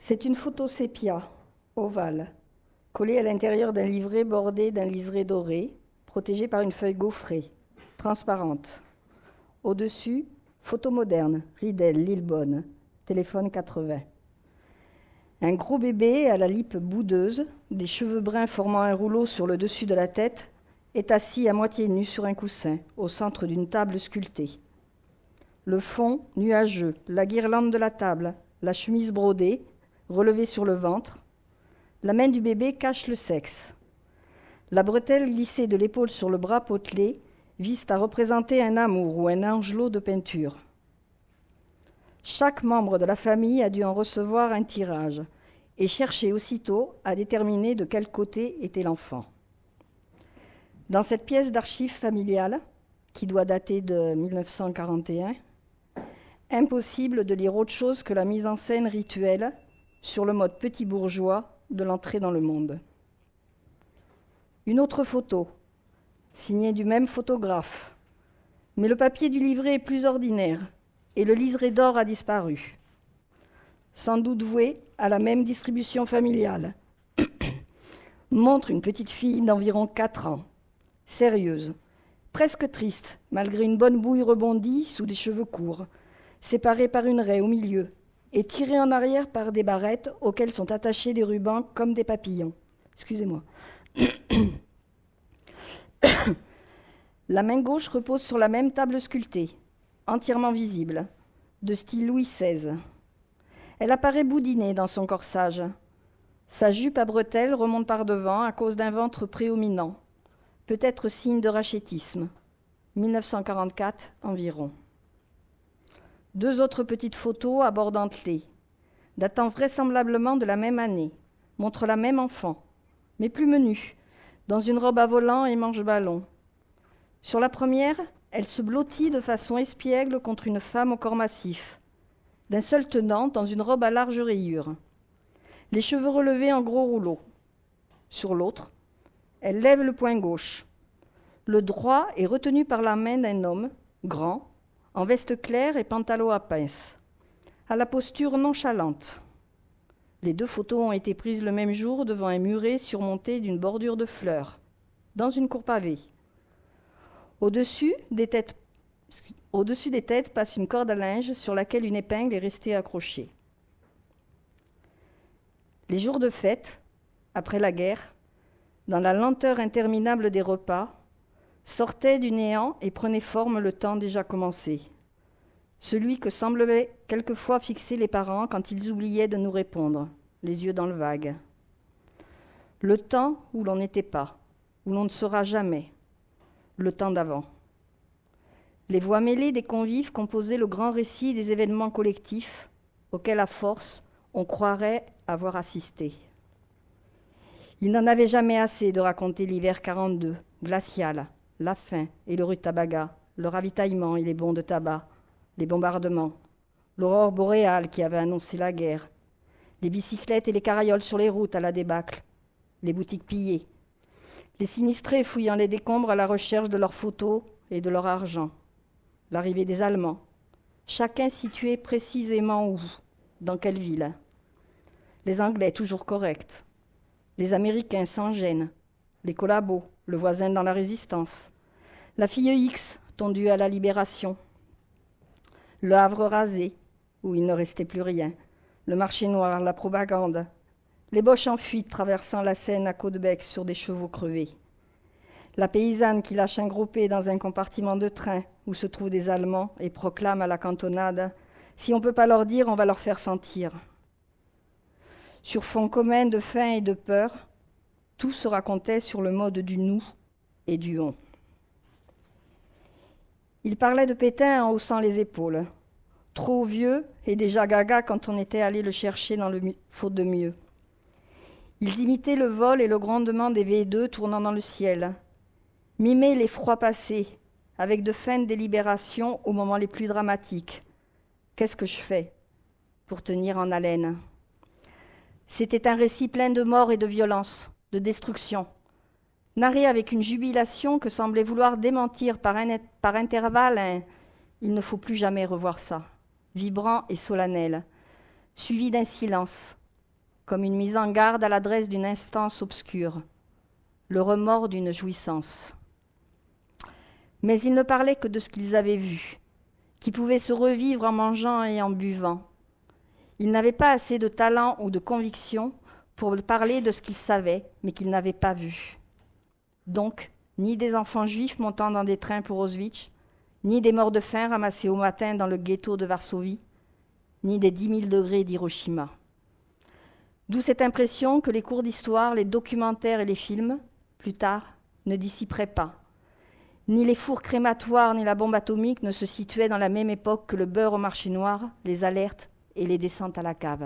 C'est une photo sépia, ovale, collée à l'intérieur d'un livret bordé d'un liseré doré, protégé par une feuille gaufrée, transparente. Au-dessus, photo moderne, Ridel, Lillebonne, téléphone 80. Un gros bébé à la lippe boudeuse, des cheveux bruns formant un rouleau sur le dessus de la tête, est assis à moitié nu sur un coussin, au centre d'une table sculptée. Le fond, nuageux, la guirlande de la table, la chemise brodée, relevée sur le ventre. La main du bébé cache le sexe. La bretelle glissée de l'épaule sur le bras potelé vise à représenter un amour ou un angelot de peinture. Chaque membre de la famille a dû en recevoir un tirage et chercher aussitôt à déterminer de quel côté était l'enfant. Dans cette pièce d'archives familiale, qui doit dater de 1941, impossible de lire autre chose que la mise en scène rituelle sur le mode petit bourgeois de l'entrée dans le monde. Une autre photo, signée du même photographe, mais le papier du livret est plus ordinaire et le liseré d'or a disparu. Sans doute voué à la même distribution familiale. Montre une petite fille d'environ 4 ans, sérieuse, presque triste, malgré une bonne bouille rebondie sous des cheveux courts, séparée par une raie au milieu et tirée en arrière par des barrettes auxquelles sont attachés des rubans comme des papillons. Excusez-moi. La main gauche repose sur la même table sculptée, entièrement visible, de style Louis XVI. Elle apparaît boudinée dans son corsage. Sa jupe à bretelles remonte par devant à cause d'un ventre prédominant, peut-être signe de rachétisme. 1944 environ. 2 autres petites photos à bord dentelé, datant vraisemblablement de la même année, montrent la même enfant, mais plus menue, dans une robe à volants et manche-ballon. Sur la première, elle se blottit de façon espiègle contre une femme au corps massif, d'un seul tenant dans une robe à larges rayures, les cheveux relevés en gros rouleaux. Sur l'autre, elle lève le poing gauche. Le droit est retenu par la main d'un homme, grand, en veste claire et pantalon à pince, à la posture nonchalante. Les 2 photos ont été prises le même jour devant un muret surmonté d'une bordure de fleurs, dans une cour pavée. Au-dessus des têtes passe une corde à linge sur laquelle une épingle est restée accrochée. Les jours de fête, après la guerre, dans la lenteur interminable des repas, sortaient du néant et prenaient forme le temps déjà commencé. Celui que semblaient quelquefois fixer les parents quand ils oubliaient de nous répondre, les yeux dans le vague. Le temps où l'on n'était pas, où l'on ne sera jamais, le temps d'avant. Les voix mêlées des convives composaient le grand récit des événements collectifs auxquels, à force, on croirait avoir assisté. Il n'en avait jamais assez de raconter l'hiver 42, glacial, la faim et le rutabaga, le ravitaillement et les bons de tabac, les bombardements, l'aurore boréale qui avait annoncé la guerre, les bicyclettes et les carrioles sur les routes à la débâcle, les boutiques pillées, les sinistrés fouillant les décombres à la recherche de leurs photos et de leur argent, l'arrivée des Allemands, chacun situé précisément où, dans quelle ville, les Anglais toujours corrects, les Américains sans gêne, les collabos, le voisin dans la résistance, la fille X tondue à la libération, le Havre rasé, où il ne restait plus rien, le marché noir, la propagande, les boches en fuite traversant la Seine à Caudebec sur des chevaux crevés, la paysanne qui lâche un gros P dans un compartiment de train où se trouvent des Allemands et proclame à la cantonade « Si on ne peut pas leur dire, on va leur faire sentir ». Sur fond commun de faim et de peur, tout se racontait sur le mode du nous et du on. Il parlait de Pétain en haussant les épaules. Trop vieux et déjà gaga quand on était allé le chercher faute de mieux. Ils imitaient le vol et le grondement des V2 tournant dans le ciel, mimaient les froids passés, avec de feintes délibérations aux moments les plus dramatiques. Qu'est-ce que je fais pour tenir en haleine ? C'était un récit plein de mort et de violence, de destruction, narré avec une jubilation que semblait vouloir démentir par intervalles « il ne faut plus jamais revoir ça », vibrant et solennel, suivi d'un silence, comme une mise en garde à l'adresse d'une instance obscure, le remords d'une jouissance. Mais ils ne parlaient que de ce qu'ils avaient vu, qui pouvait se revivre en mangeant et en buvant. Ils n'avaient pas assez de talent ou de conviction pour parler de ce qu'ils savaient, mais qu'ils n'avaient pas vu. Donc, ni des enfants juifs montant dans des trains pour Auschwitz, ni des morts de faim ramassés au matin dans le ghetto de Varsovie, ni des 10 000 degrés d'Hiroshima. D'où cette impression que les cours d'histoire, les documentaires et les films, plus tard, ne dissiperaient pas. Ni les fours crématoires ni la bombe atomique ne se situaient dans la même époque que le beurre au marché noir, les alertes et les descentes à la cave.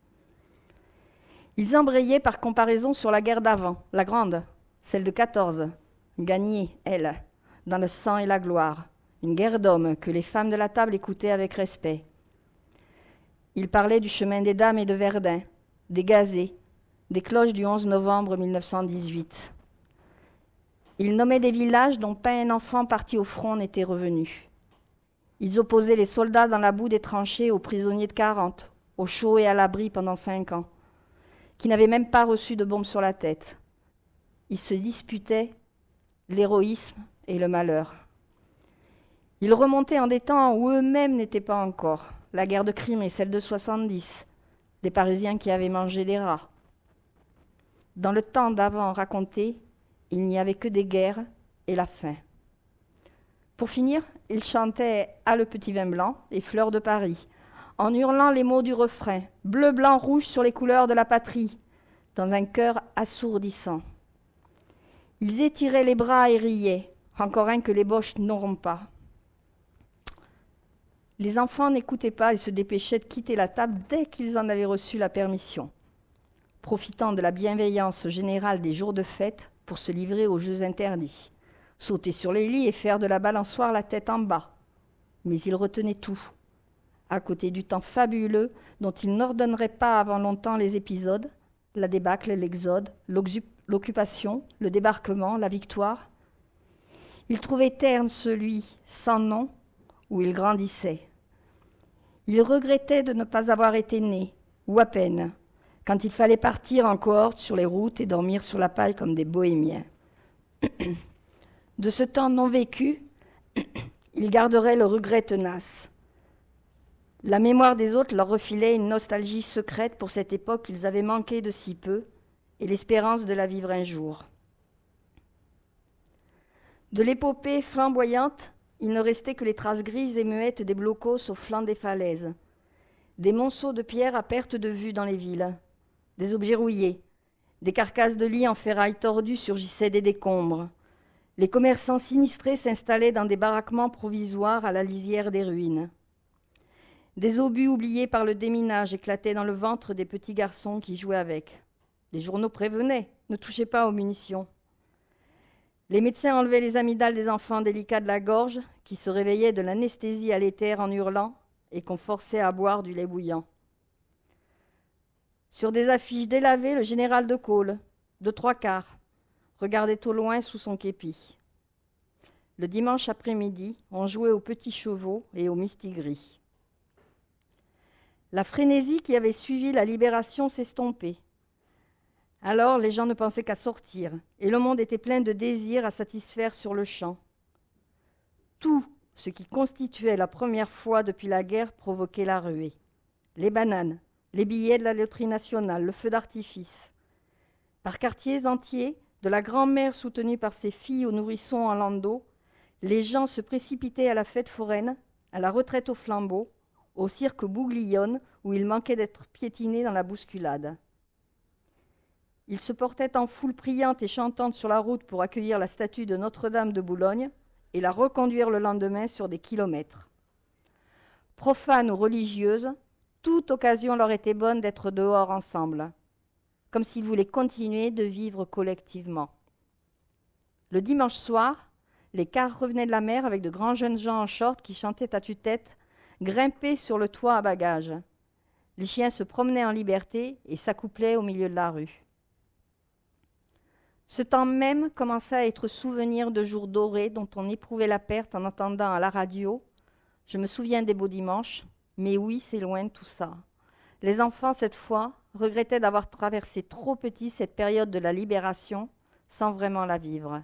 Ils embrayaient par comparaison sur la guerre d'avant, la grande, celle de 14, gagnée, elle, dans le sang et la gloire, une guerre d'hommes que les femmes de la table écoutaient avec respect. Ils parlaient du chemin des dames et de Verdun, des gazés, des cloches du 11 novembre 1918. Ils nommaient des villages dont pas un enfant parti au front n'était revenu. Ils opposaient les soldats dans la boue des tranchées aux prisonniers de 40, au chaud et à l'abri pendant 5 ans, qui n'avaient même pas reçu de bombe sur la tête. Ils se disputaient l'héroïsme et le malheur. Ils remontaient en des temps où eux-mêmes n'étaient pas encore. La guerre de Crimée, celle de 70, les Parisiens qui avaient mangé des rats. Dans le temps d'avant raconté, il n'y avait que des guerres et la faim. Pour finir, ils chantaient « Ah le petit vin blanc » et « Fleurs de Paris », en hurlant les mots du refrain « Bleu, blanc, rouge sur les couleurs de la patrie », dans un chœur assourdissant. Ils étiraient les bras et riaient, encore un que les boches n'auront pas. Les enfants n'écoutaient pas et se dépêchaient de quitter la table dès qu'ils en avaient reçu la permission, profitant de la bienveillance générale des jours de fête pour se livrer aux jeux interdits, sauter sur les lits et faire de la balançoire la tête en bas. Mais ils retenaient tout, à côté du temps fabuleux dont ils n'ordonneraient pas avant longtemps les épisodes, la débâcle, l'exode, l'occupation, le débarquement, la victoire. Ils trouvaient terne celui sans nom où ils grandissaient. Ils regrettaient de ne pas avoir été nés, ou à peine, quand il fallait partir en cohorte sur les routes et dormir sur la paille comme des bohémiens. De ce temps non vécu, ils garderaient le regret tenace. La mémoire des autres leur refilait une nostalgie secrète pour cette époque qu'ils avaient manqué de si peu et l'espérance de la vivre un jour. De l'épopée flamboyante, il ne restait que les traces grises et muettes des blocos au flanc des falaises, des monceaux de pierres à perte de vue dans les villes, des objets rouillés, des carcasses de lits en ferraille tordue surgissaient des décombres. Les commerçants sinistrés s'installaient dans des baraquements provisoires à la lisière des ruines. Des obus oubliés par le déminage éclataient dans le ventre des petits garçons qui jouaient avec. Les journaux prévenaient, ne touchez pas aux munitions. Les médecins enlevaient les amygdales des enfants délicats de la gorge qui se réveillaient de l'anesthésie à l'éther en hurlant et qu'on forçait à boire du lait bouillant. Sur des affiches délavées, le général de Gaulle, de 3/4, regardait au loin sous son képi. Le dimanche après-midi, on jouait aux petits chevaux et aux mistigris. La frénésie qui avait suivi la libération s'estompait. Alors, les gens ne pensaient qu'à sortir, et le monde était plein de désirs à satisfaire sur le champ. Tout ce qui constituait la première fois depuis la guerre provoquait la ruée. Les bananes, les billets de la loterie nationale, le feu d'artifice. Par quartiers entiers, de la grand-mère soutenue par ses filles aux nourrissons en landau, les gens se précipitaient à la fête foraine, à la retraite au flambeau, au cirque Bouglione, où il manquait d'être piétiné dans la bousculade. Ils se portaient en foule priante et chantante sur la route pour accueillir la statue de Notre-Dame de Boulogne et la reconduire le lendemain sur des kilomètres. Profanes ou religieuses, toute occasion leur était bonne d'être dehors ensemble, comme s'ils voulaient continuer de vivre collectivement. Le dimanche soir, les cars revenaient de la mer avec de grands jeunes gens en short qui chantaient à tue-tête, grimpés sur le toit à bagages. Les chiens se promenaient en liberté et s'accouplaient au milieu de la rue. Ce temps même commençait à être souvenir de jours dorés dont on éprouvait la perte en entendant à la radio « Je me souviens des beaux dimanches, mais oui, c'est loin tout ça. Les enfants, cette fois, regrettaient d'avoir traversé trop petit cette période de la libération sans vraiment la vivre.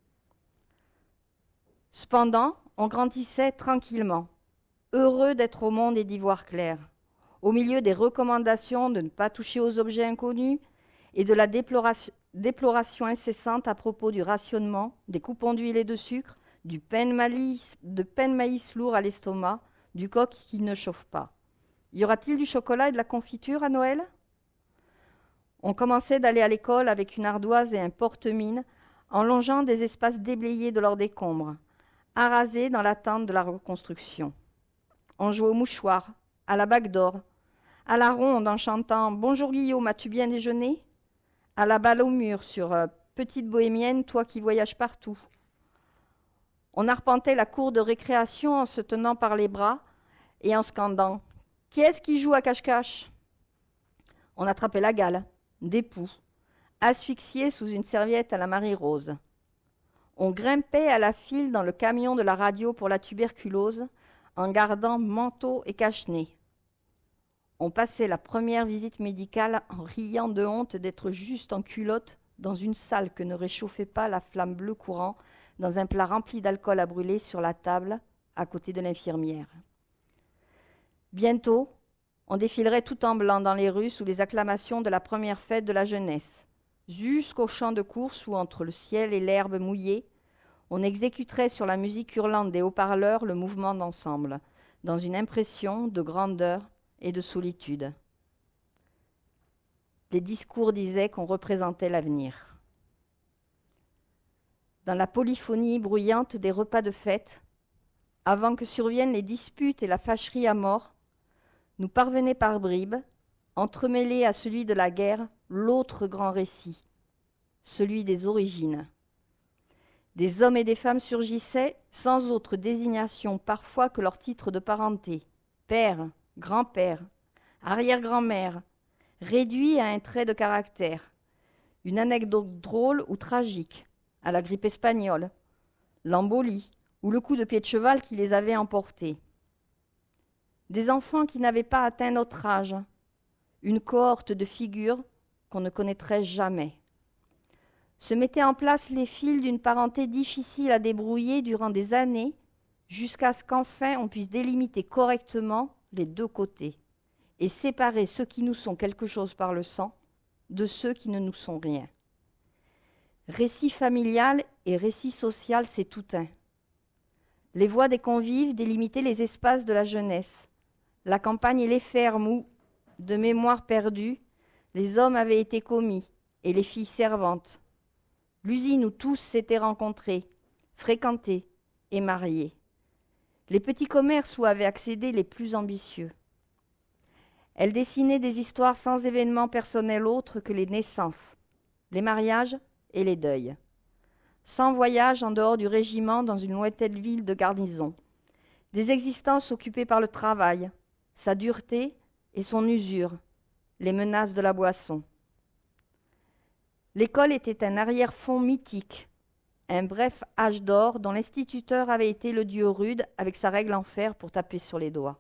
Cependant, on grandissait tranquillement, heureux d'être au monde et d'y voir clair, au milieu des recommandations de ne pas toucher aux objets inconnus et de la déploration incessante à propos du rationnement, des coupons d'huile et de sucre, du pain de maïs lourd à l'estomac, du coq qui ne chauffe pas. Y aura-t-il du chocolat et de la confiture à Noël ? On commençait d'aller à l'école avec une ardoise et un porte-mine, en longeant des espaces déblayés de leurs décombres, arasés dans l'attente de la reconstruction. On jouait au mouchoir, à la bague d'or, à la ronde en chantant « Bonjour Guillaume, as-tu bien déjeuné ?» à la balle au mur sur « Petite bohémienne, toi qui voyages partout ». On arpentait la cour de récréation en se tenant par les bras et en scandant « Qui est-ce qui joue à cache-cache ?» On attrapait la gale, des poux, asphyxiés sous une serviette à la Marie-Rose. On grimpait à la file dans le camion de la radio pour la tuberculose en gardant manteau et cache-nez. On passait la première visite médicale en riant de honte d'être juste en culotte dans une salle que ne réchauffait pas la flamme bleue courant dans un plat rempli d'alcool à brûler sur la table à côté de l'infirmière. Bientôt, on défilerait tout en blanc dans les rues sous les acclamations de la première fête de la jeunesse, jusqu'au champ de course où, entre le ciel et l'herbe mouillée, on exécuterait sur la musique hurlante des haut-parleurs le mouvement d'ensemble, dans une impression de grandeur et de solitude. Les discours disaient qu'on représentait l'avenir. Dans la polyphonie bruyante des repas de fête, avant que surviennent les disputes et la fâcherie à mort, nous parvenait par bribes, entremêlé à celui de la guerre, l'autre grand récit, celui des origines. Des hommes et des femmes surgissaient sans autre désignation parfois que leur titre de parenté, père, grand-père, arrière-grand-mère, réduits à un trait de caractère, une anecdote drôle ou tragique, à la grippe espagnole, l'embolie ou le coup de pied de cheval qui les avait emportés. Des enfants qui n'avaient pas atteint notre âge, une cohorte de figures qu'on ne connaîtrait jamais. Se mettaient en place les fils d'une parenté difficile à débrouiller durant des années, jusqu'à ce qu'enfin on puisse délimiter correctement les deux côtés et séparer ceux qui nous sont quelque chose par le sang de ceux qui ne nous sont rien. Récit familial et récit social, c'est tout un. Les voix des convives délimitaient les espaces de la jeunesse. La campagne et les fermes où, de mémoire perdue, les hommes avaient été commis et les filles servantes. L'usine où tous s'étaient rencontrés, fréquentés et mariés. Les petits commerces où avaient accédé les plus ambitieux. Elle dessinait des histoires sans événements personnels autres que les naissances, les mariages et les deuils. Sans voyage en dehors du régiment dans une lointaine ville de garnison. Des existences occupées par le travail, sa dureté et son usure, les menaces de la boisson. L'école était un arrière-fond mythique, un bref âge d'or dont l'instituteur avait été le dieu rude avec sa règle en fer pour taper sur les doigts.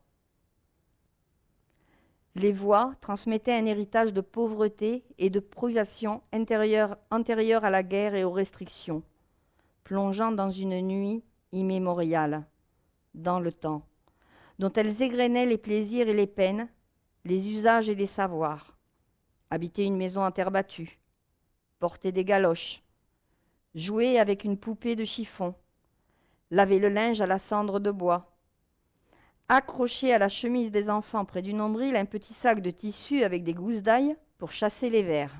Les voix transmettaient un héritage de pauvreté et de privation antérieure à la guerre et aux restrictions, plongeant dans une nuit immémoriale, dans le temps, dont elles égrenaient les plaisirs et les peines, les usages et les savoirs. Habiter une maison en terre battue, porter des galoches, jouer avec une poupée de chiffon, laver le linge à la cendre de bois, accrocher à la chemise des enfants près du nombril un petit sac de tissu avec des gousses d'ail pour chasser les vers.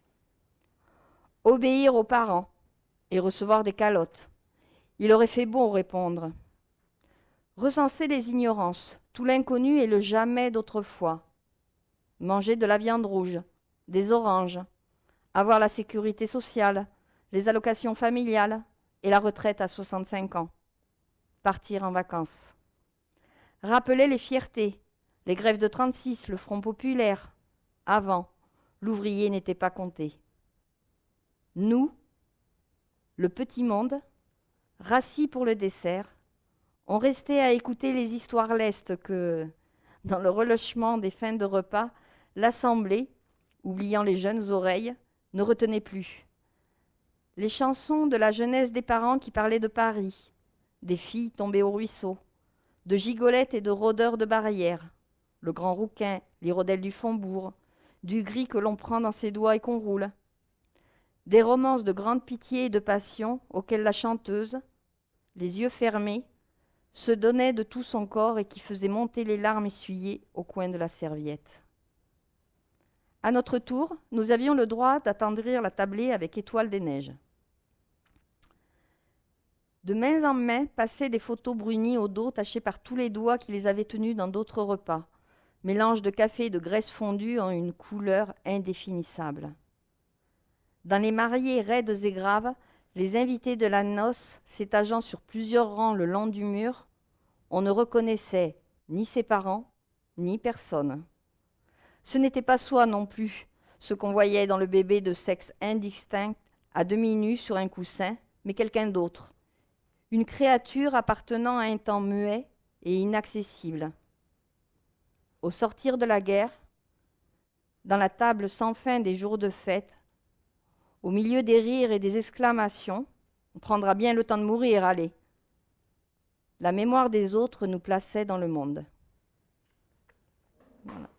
Obéir aux parents et recevoir des calottes. Il aurait fait beau répondre. Recenser les ignorances, tout l'inconnu et le jamais d'autrefois. Manger de la viande rouge, des oranges, avoir la sécurité sociale, les allocations familiales et la retraite à 65 ans. Partir en vacances. Rappeler les fiertés, les grèves de 36, le Front populaire. Avant, l'ouvrier n'était pas compté. Nous, le petit monde, rassis pour le dessert, on restait à écouter les histoires lestes que, dans le relâchement des fins de repas, l'assemblée, oubliant les jeunes oreilles, ne retenait plus. Les chansons de la jeunesse des parents qui parlaient de Paris, des filles tombées au ruisseau, de gigolettes et de rôdeurs de barrières, le grand rouquin, l'hirondelle du Faubourg, du gris que l'on prend dans ses doigts et qu'on roule, des romances de grande pitié et de passion auxquelles la chanteuse, les yeux fermés, se donnait de tout son corps et qui faisaient monter les larmes essuyées au coin de la serviette. À notre tour, nous avions le droit d'attendrir la tablée avec étoiles des neiges. De main en main passaient des photos brunies au dos tachées par tous les doigts qui les avaient tenues dans d'autres repas. Mélange de café et de graisse fondue en une couleur indéfinissable. Dans les mariées raides et graves, les invités de la noce s'étageant sur plusieurs rangs le long du mur, on ne reconnaissait ni ses parents, ni personne. Ce n'était pas soi non plus, ce qu'on voyait dans le bébé de sexe indistinct, à demi nu sur un coussin, mais quelqu'un d'autre. Une créature appartenant à un temps muet et inaccessible. Au sortir de la guerre, dans la table sans fin des jours de fête, au milieu des rires et des exclamations, on prendra bien le temps de mourir, allez. La mémoire des autres nous plaçait dans le monde. Voilà.